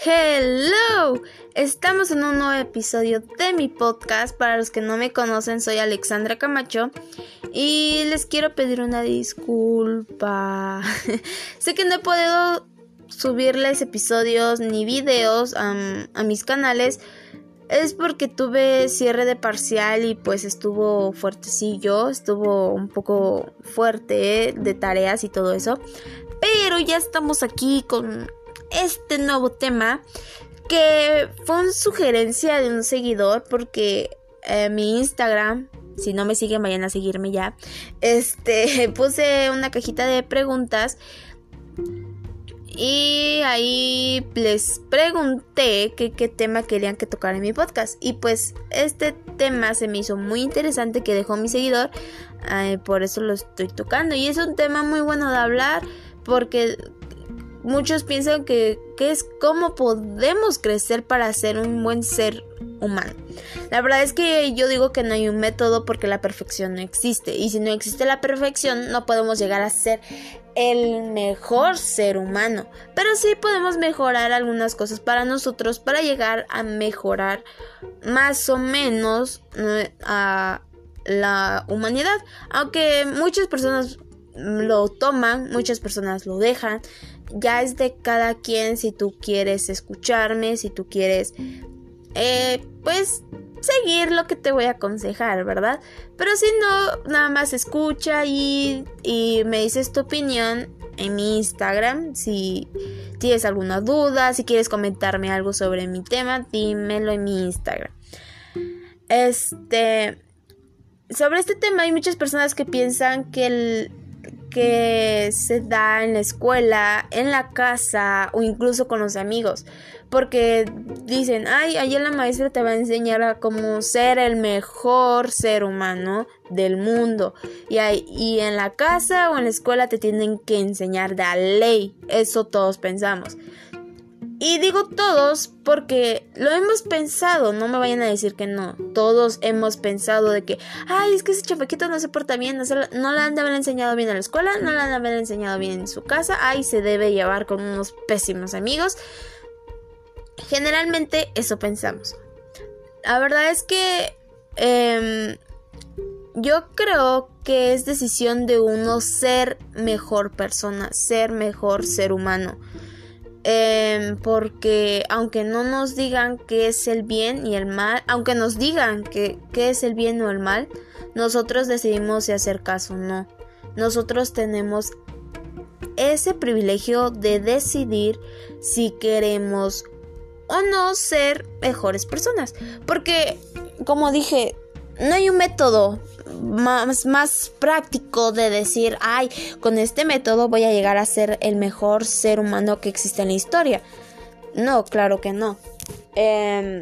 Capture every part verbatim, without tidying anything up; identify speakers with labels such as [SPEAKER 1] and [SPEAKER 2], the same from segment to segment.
[SPEAKER 1] Hello, estamos en un nuevo episodio de mi podcast. Para los que no me conocen, soy Alexandra Camacho y les quiero pedir una disculpa. Sé que no he podido subirles episodios ni videos um, a mis canales. Es porque tuve cierre de parcial y pues estuvo fuertecillo, estuvo un poco fuerte de tareas y todo eso. Pero ya estamos aquí con este nuevo tema que fue una sugerencia de un seguidor, porque eh, mi Instagram, si no me siguen vayan a seguirme ya, este puse una cajita de preguntas y ahí les pregunté que qué tema querían que tocara en mi podcast. Y pues este tema se me hizo muy interesante que dejó mi seguidor, eh, por eso lo estoy tocando. Y es un tema muy bueno de hablar, porque muchos piensan que, que es cómo podemos crecer para ser un buen ser humano. La verdad es que yo digo que no hay un método, porque la perfección no existe. Y si no existe la perfección, no podemos llegar a ser el mejor ser humano. Pero sí podemos mejorar algunas cosas para nosotros, para llegar a mejorar más o menos eh, a la humanidad. Aunque muchas personas lo toman, muchas personas lo dejan. Ya es de cada quien si tú quieres escucharme, si tú quieres eh, pues seguir lo que te voy a aconsejar, ¿verdad? Pero si no, nada más escucha y, y me dices tu opinión en mi Instagram. Si tienes alguna duda, si quieres comentarme algo sobre mi tema, dímelo en mi Instagram. Este, sobre este tema hay muchas personas que piensan que el que se da en la escuela, en la casa o incluso con los amigos, porque dicen, ay, ayer la maestra te va a enseñar a cómo ser el mejor ser humano del mundo, y, hay, y en la casa o en la escuela te tienen que enseñar de a ley. Eso todos pensamos. Y digo todos porque lo hemos pensado, no me vayan a decir que no. Todos hemos pensado de que, ay, es que ese chamaquito no se porta bien, no, se, no le han de haber enseñado bien en la escuela, no le han de haber enseñado bien en su casa, ay, se debe llevar con unos pésimos amigos. Generalmente eso pensamos. La verdad es que eh, yo creo que es decisión de uno ser mejor persona, ser mejor ser humano. Eh, porque aunque no nos digan qué es el bien y el mal, aunque nos digan que, qué es el bien o el mal, nosotros decidimos si hacer caso o no. Nosotros tenemos ese privilegio de decidir si queremos o no ser mejores personas. Porque, como dije, no hay un método más, más práctico de decir, ay, con este método voy a llegar a ser el mejor ser humano que existe en la historia. No, claro que no. Eh,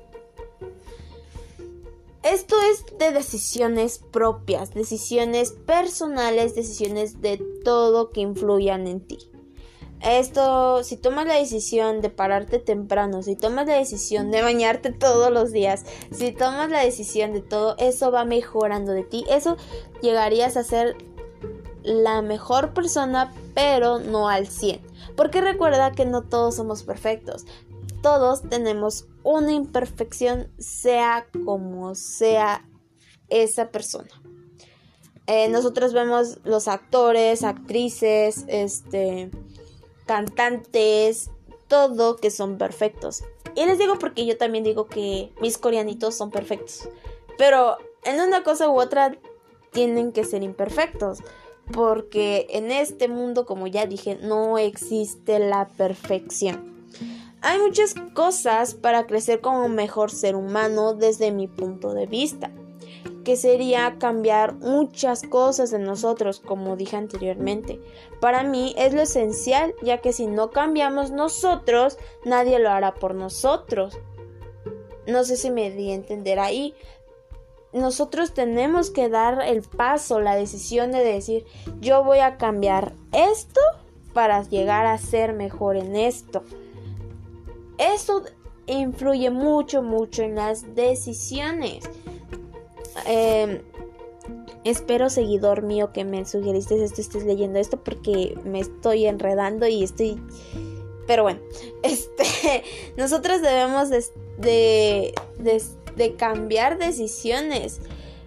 [SPEAKER 1] esto es de decisiones propias, decisiones personales, decisiones de todo que influyan en ti. Esto, si tomas la decisión de pararte temprano, si tomas la decisión de bañarte todos los días, si tomas la decisión de todo, eso va mejorando de ti. Eso llegarías a ser la mejor persona, pero no al cien. Porque recuerda que no todos somos perfectos. Todos tenemos una imperfección, sea como sea esa persona. Eh, nosotros vemos los actores, actrices, este... cantantes, todo que son perfectos. Y les digo porque yo también digo que mis coreanitos son perfectos. Pero en una cosa u otra tienen que ser imperfectos. Porque en este mundo, como ya dije, no existe la perfección. Hay muchas cosas para crecer como un mejor ser humano desde mi punto de vista, que sería cambiar muchas cosas en nosotros, como dije anteriormente. Para mí es lo esencial, ya que si no cambiamos nosotros, nadie lo hará por nosotros. No sé si me di a entender ahí. Nosotros tenemos que dar el paso, la decisión de decir, yo voy a cambiar esto para llegar a ser mejor en esto. Eso influye mucho, mucho en las decisiones. Eh, espero, seguidor mío, que me sugeriste esto, estés leyendo esto, porque me estoy enredando y estoy Pero bueno, este, nosotros debemos de, de, de, de cambiar decisiones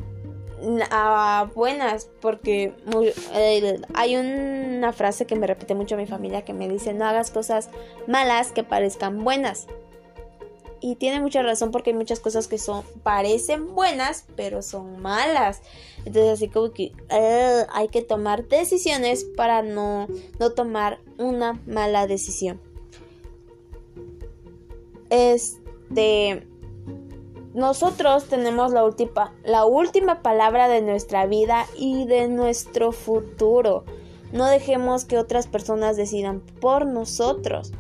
[SPEAKER 1] a buenas, porque muy, eh, hay una frase que me repite mucho mi familia que me dice: no hagas cosas malas que parezcan buenas. Y tiene mucha razón, porque hay muchas cosas que son parecen buenas pero son malas. Entonces así como que uh, hay que tomar decisiones para no, no tomar una mala decisión. Este Nosotros tenemos la última, la última palabra de nuestra vida y de nuestro futuro. No dejemos que otras personas decidan por nosotros,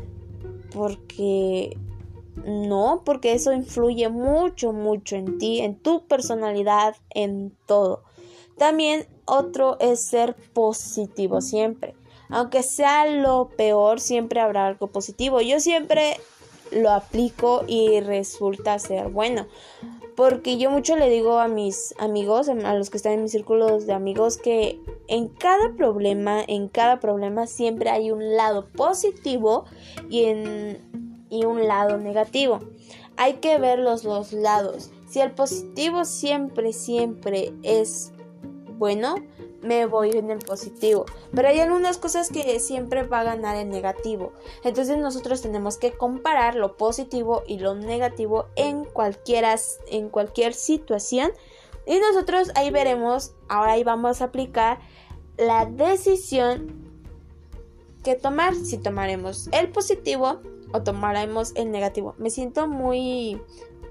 [SPEAKER 1] porque no, porque eso influye mucho, mucho en ti, en tu personalidad, en todo. También otro es ser positivo siempre. Aunque sea lo peor, siempre habrá algo positivo. Yo siempre lo aplico y resulta ser bueno, porque yo mucho le digo a mis amigos, a los que están en mis círculos de amigos, que en cada problema, en cada problema siempre hay un lado positivo y, en, y un lado negativo. Hay que ver los dos lados. Si el positivo siempre, siempre es bueno, me voy en el positivo, pero hay algunas cosas que siempre va a ganar el negativo. Entonces nosotros tenemos que comparar lo positivo y lo negativo en cualquiera, en cualquier situación, y nosotros ahí veremos, ahora ahí vamos a aplicar la decisión que tomar, si tomaremos el positivo o tomaremos el negativo. Me siento muy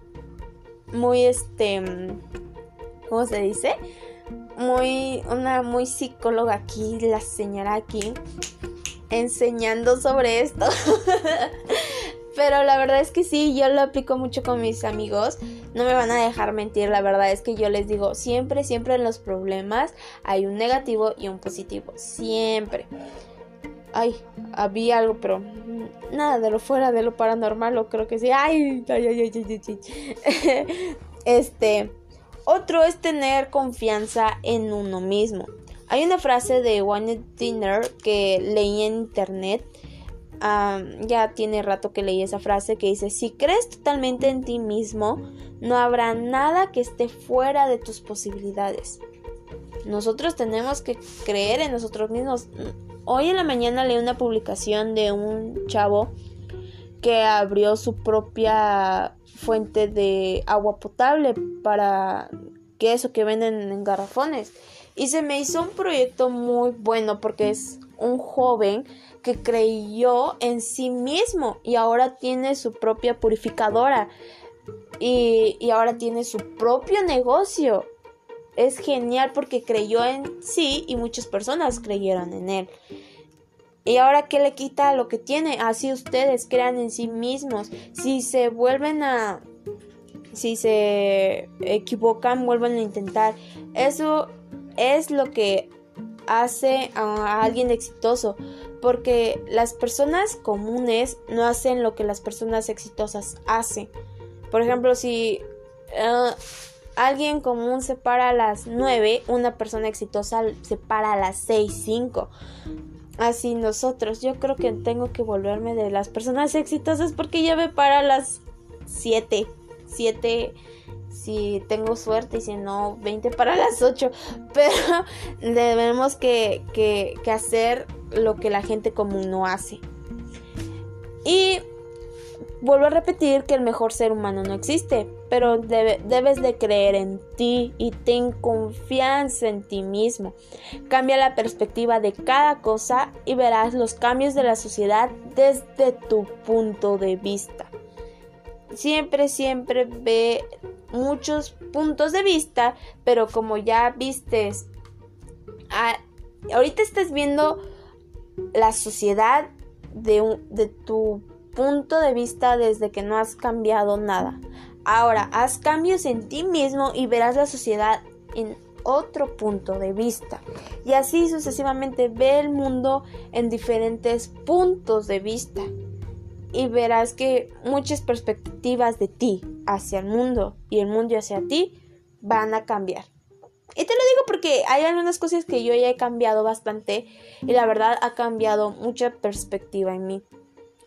[SPEAKER 1] muy este ¿cómo se dice? Muy, una muy psicóloga aquí, la señora aquí, enseñando sobre esto. Pero la verdad es que sí, yo lo aplico mucho con mis amigos. No me van a dejar mentir, la verdad es que yo les digo, siempre, siempre en los problemas hay un negativo y un positivo. Siempre. Ay, había algo, pero nada de lo fuera de lo paranormal, o creo que sí. Ay, ay, ay, ay, ay, ay. Este... Otro es tener confianza en uno mismo. Hay una frase de Wayne Dyer que leí en internet. Um, ya tiene rato que leí esa frase, que dice: si crees totalmente en ti mismo, no habrá nada que esté fuera de tus posibilidades. Nosotros tenemos que creer en nosotros mismos. Hoy en la mañana leí una publicación de un chavo que abrió su propia fuente de agua potable, para que eso que venden en garrafones, y se me hizo un proyecto muy bueno, porque es un joven que creyó en sí mismo y ahora tiene su propia purificadora y, y ahora tiene su propio negocio. Es genial porque creyó en sí y muchas personas creyeron en él. Y ahora, ¿qué le quita lo que tiene? Así ustedes crean en sí mismos. Si se vuelven a... Si se equivocan, vuelven a intentar. Eso es lo que hace a alguien exitoso. Porque las personas comunes no hacen lo que las personas exitosas hacen. Por ejemplo, si uh, alguien común se para a las nueve, una persona exitosa se para a las seis cinco. Así nosotros, yo creo que tengo que volverme de las personas exitosas, porque ya me para a las siete, siete si tengo suerte, y si no, veinte para las ocho. Pero debemos que, que, que hacer lo que la gente común no hace. Y vuelvo a repetir que el mejor ser humano no existe, pero debe, debes de creer en ti y ten confianza en ti mismo. Cambia la perspectiva de cada cosa y verás los cambios de la sociedad desde tu punto de vista. Siempre, siempre ve muchos puntos de vista, pero como ya vistes, a, ahorita estás viendo la sociedad de, un, de tu punto de vista desde que no has cambiado nada. Ahora haz cambios en ti mismo y verás la sociedad en otro punto de vista, y así sucesivamente. Ve el mundo en diferentes puntos de vista y verás que muchas perspectivas de ti hacia el mundo y el mundo hacia ti van a cambiar. Y te lo digo porque hay algunas cosas que yo ya he cambiado bastante, y la verdad ha cambiado mucha perspectiva en mí.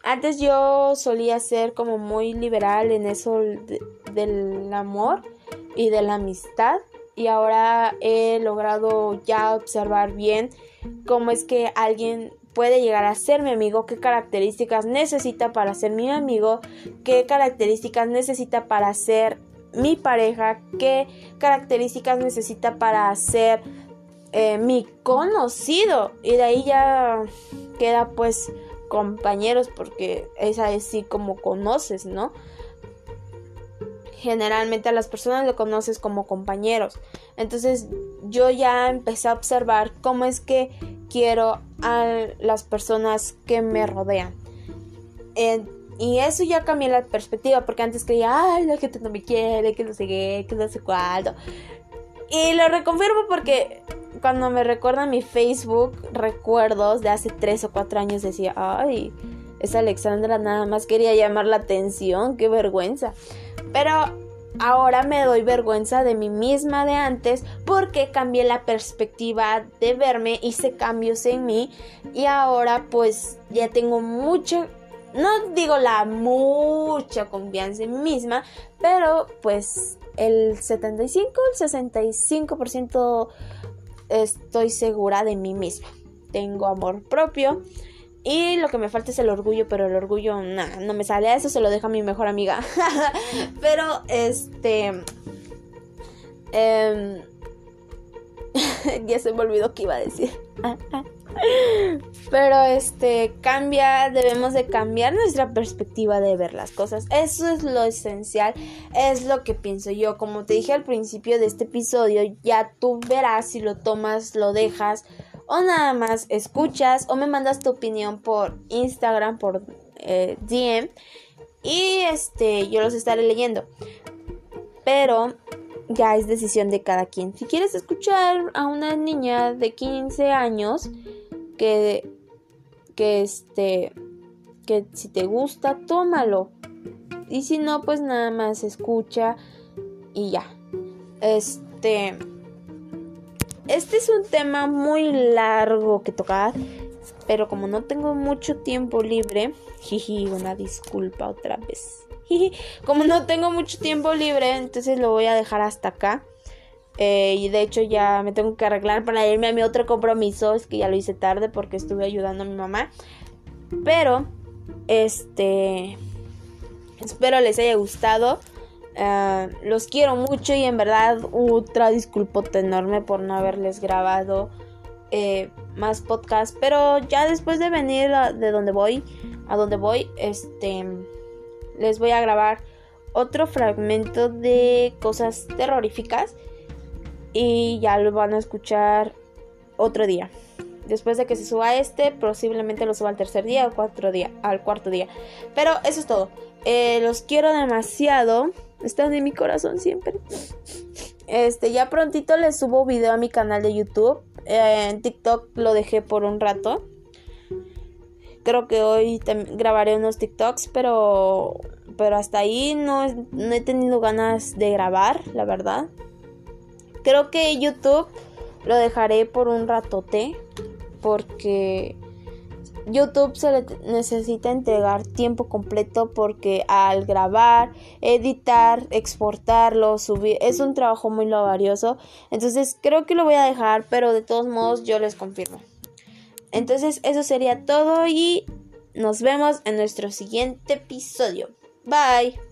[SPEAKER 1] Antes yo solía ser como muy liberal en eso de, del amor y de la amistad. Y ahora he logrado ya observar bien cómo es que alguien puede llegar a ser mi amigo, qué características necesita para ser mi amigo, qué características necesita para ser mi pareja, qué características necesita para ser eh, mi conocido. Y de ahí ya queda pues compañeros, porque esa es sí como conoces, ¿no? Generalmente a las personas lo conoces como compañeros. Entonces yo ya empecé a observar cómo es que quiero a las personas que me rodean. Eh, y eso ya cambió la perspectiva, porque antes creía, ay, la gente no me quiere, que no sé qué, que no sé cuánto. Y lo reconfirmo porque cuando me recuerda mi Facebook, recuerdos de hace tres o cuatro años, decía, ay, esa Alexandra nada más quería llamar la atención, qué vergüenza. Pero ahora me doy vergüenza de mí misma de antes, porque cambié la perspectiva de verme, hice cambios en mí y ahora pues ya tengo mucha, no digo la mucha confianza en mí misma, pero pues el setenta y cinco, el sesenta y cinco por ciento estoy segura de mí misma. Tengo amor propio. Y lo que me falta es el orgullo, pero el orgullo, nah, no me sale. A eso se lo deja mi mejor amiga. Pero, este... Eh, ya se me olvidó qué iba a decir. Pero, este, cambia, debemos de cambiar nuestra perspectiva de ver las cosas. Eso es lo esencial, es lo que pienso yo. Como te dije al principio de este episodio, ya tú verás si lo tomas, lo dejas, o nada más escuchas o me mandas tu opinión por Instagram, por eh, D M. Y este, yo los estaré leyendo. Pero ya es decisión de cada quien. Si quieres escuchar a una niña de quince años, que, que este, que si te gusta, tómalo. Y si no, pues nada más escucha y ya. Este... Este es un tema muy largo que tocar, pero como no tengo mucho tiempo libre, jiji, una disculpa otra vez. Jiji, como no tengo mucho tiempo libre, entonces lo voy a dejar hasta acá. Eh, y de hecho ya me tengo que arreglar para irme a mi otro compromiso, es que ya lo hice tarde porque estuve ayudando a mi mamá. Pero, este, espero les haya gustado. Uh, los quiero mucho y en verdad otra disculpota enorme por no haberles grabado eh, más podcasts, pero ya después de venir a, de donde voy a donde voy este les voy a grabar otro fragmento de cosas terroríficas y ya lo van a escuchar otro día. Después de que se suba este, posiblemente lo suba al tercer día o cuatro día, al cuarto día. Pero eso es todo. Eh, los quiero demasiado. Están en mi corazón siempre. Este, ya prontito les subo video a mi canal de YouTube. Eh, en TikTok lo dejé por un rato. Creo que hoy tam- grabaré unos TikToks, pero, pero hasta ahí no, no he tenido ganas de grabar, la verdad. Creo que YouTube lo dejaré por un ratote, porque YouTube se le necesita entregar tiempo completo, porque al grabar, editar, exportarlo, subir, es un trabajo muy laborioso. Entonces creo que lo voy a dejar, pero de todos modos yo les confirmo. Entonces eso sería todo y nos vemos en nuestro siguiente episodio. Bye.